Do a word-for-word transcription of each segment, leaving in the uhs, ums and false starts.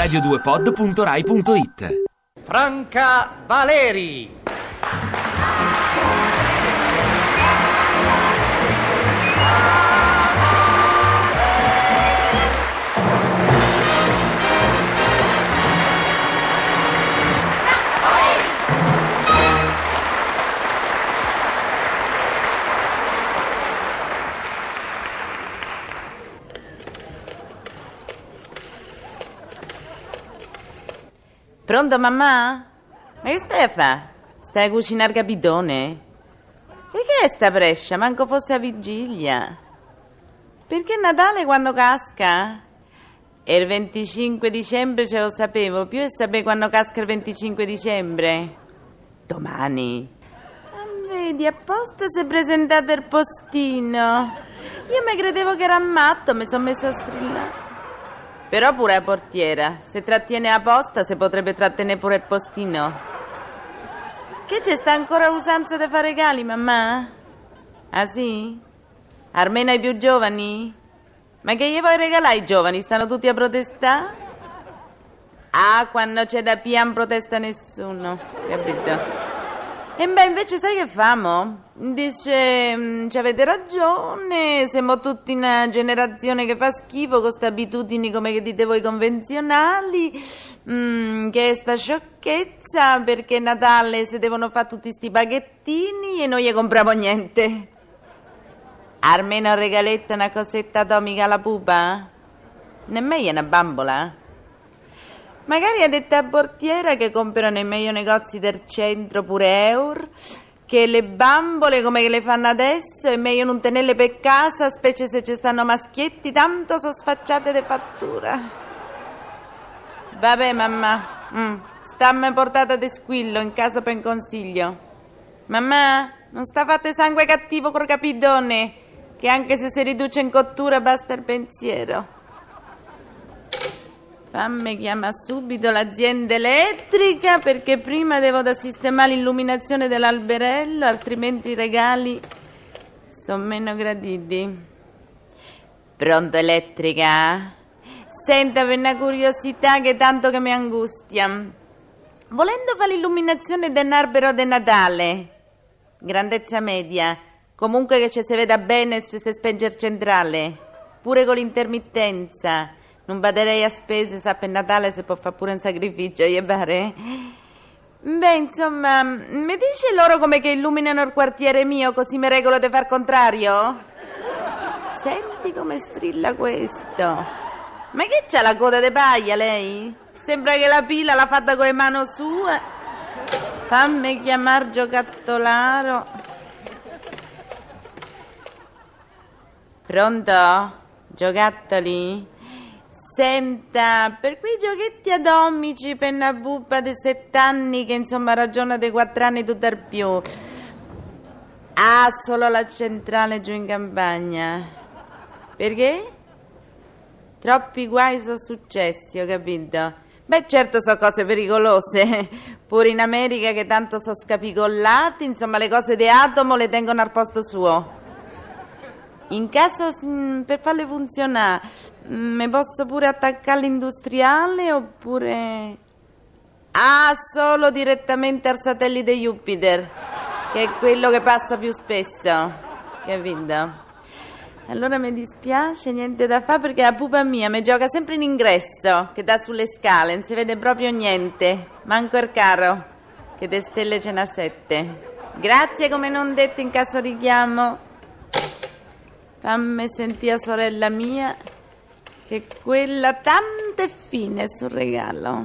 radio due pod punto rai punto it. Franca Valeri. Pronto, mamma? Ma che stai a fare? Stai a cucinare capitone? E che è sta prescia? Manco fosse a vigilia. Perché Natale quando casca? E il venticinque dicembre ce lo sapevo, più e sapevo quando casca il venticinque dicembre. Domani. Ah, vedi, apposta si è presentato il postino. Io mi credevo che era matto, mi sono messa a strillare. Però pure la portiera, se trattiene a posta, se potrebbe trattenere pure il postino. Che c'è sta ancora l'usanza di fare regali, mamma? Ah sì? Almeno ai più giovani? Ma che gli vuoi regalare ai giovani? Stanno tutti a protestare? Ah, quando c'è da pia non protesta nessuno, capito? E beh, invece sai che famo? Dice, ci avete ragione, siamo tutti una generazione che fa schifo con queste abitudini come che dite voi convenzionali, mm, che è sta sciocchezza perché Natale si devono fare tutti sti baghettini e non gli compriamo niente. Almeno un regaletto, una cosetta atomica alla pupa? Nemmeno una bambola? Magari ha detto a portiera che comprano i meglio negozi del centro pure euro, che le bambole come che le fanno adesso è meglio non tenerle per casa, specie se ci stanno maschietti, tanto sono sfacciate di fattura. Vabbè mamma, mm, stammi portata di squillo in caso per un consiglio. Mamma, non sta fatte sangue cattivo col capidone, che anche se si riduce in cottura basta il pensiero. Fammi chiama subito l'azienda elettrica perché prima devo da sistemare l'illuminazione dell'alberello, altrimenti i regali sono meno graditi. Pronto, elettrica? Senta, per una curiosità che tanto che mi angustia. Volendo fare l'illuminazione dell'albero di Natale, grandezza media, comunque che ci si veda bene se si spenge il centrale, pure con l'intermittenza. Non baderei a spese, sa, per Natale si può fare pure un sacrificio, gli pare? Beh, insomma, mi dice loro come che illuminano il quartiere mio, così mi regolo di far contrario? Senti come strilla questo. Ma che c'ha la coda di paglia, lei? Sembra che la pila l'ha fatta con le mani sue. Fammi chiamar giocattolaro. Pronto? Giocattoli? Senta, per quei giochetti atomici per una pupa di sette anni che insomma ragiona dei quattro anni tutto al più. Ah, solo la centrale giù in campagna. Perché? Troppi guai sono successi, ho capito. Beh, certo sono cose pericolose. Pure in America che tanto sono scapicollati, insomma le cose di atomo le tengono al posto suo. In caso, per farle funzionare, mi posso pure attaccare all'industriale oppure... Ah, solo direttamente al satellite Jupiter, che è quello che passa più spesso, capito? Allora mi dispiace, niente da fare perché la pupa mia mi gioca sempre in ingresso, che dà sulle scale, non si vede proprio niente, manco il carro, che de stelle ce n'ha sette. Grazie come non detto in caso richiamo. Fammi sentire, sorella mia, che quella tanto è fine sul regalo.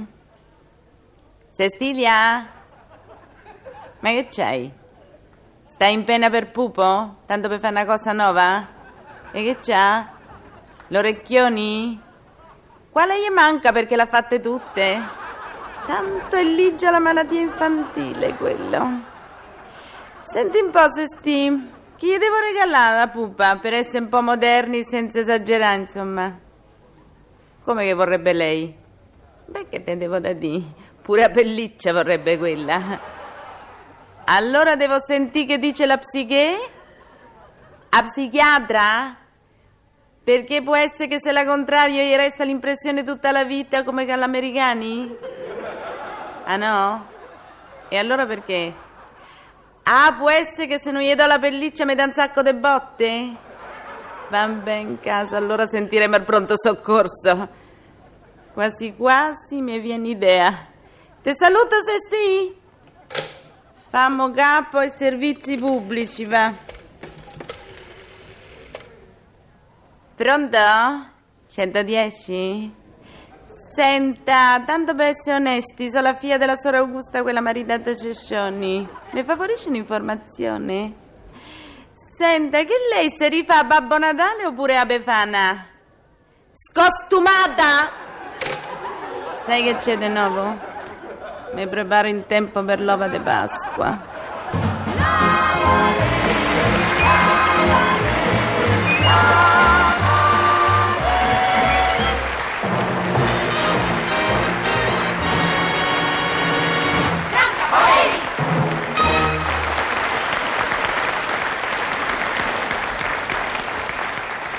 Cecilia? Ma che c'hai? Stai in pena per pupo? Tanto per fare una cosa nuova? E che c'ha? L'orecchioni? Quale gli manca perché l'ha fatte tutte? Tanto è ligia la malattia infantile quello. Senti un po', Sesti. Che gli devo regalare la pupa per essere un po' moderni senza esagerare, insomma? Come che vorrebbe lei? Beh, che te devo da dire? Pure a pelliccia vorrebbe quella. Allora devo sentire che dice la psiche? A psichiatra? Perché può essere che se la contrario gli resta l'impressione tutta la vita come che all'americani? Ah no? E allora perché? Ah, può essere che se non gli do la pelliccia mi dà un sacco de botte? Va bene in casa, allora sentiremo il pronto soccorso. Quasi quasi mi viene idea. Te saluto, Sesti? Fammo capo ai servizi pubblici, va. Pronto? centodieci? Senta, tanto per essere onesti, sono la figlia della sora Augusta, quella maritata Cescioni. Mi favorisce un'informazione? Senta, che lei si rifà a Babbo Natale oppure a Befana? Scostumata! Sai che c'è di nuovo? Mi preparo in tempo per l'ova di Pasqua.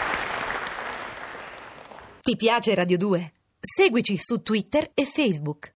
Ti piace Radio due? Seguici su Twitter e Facebook.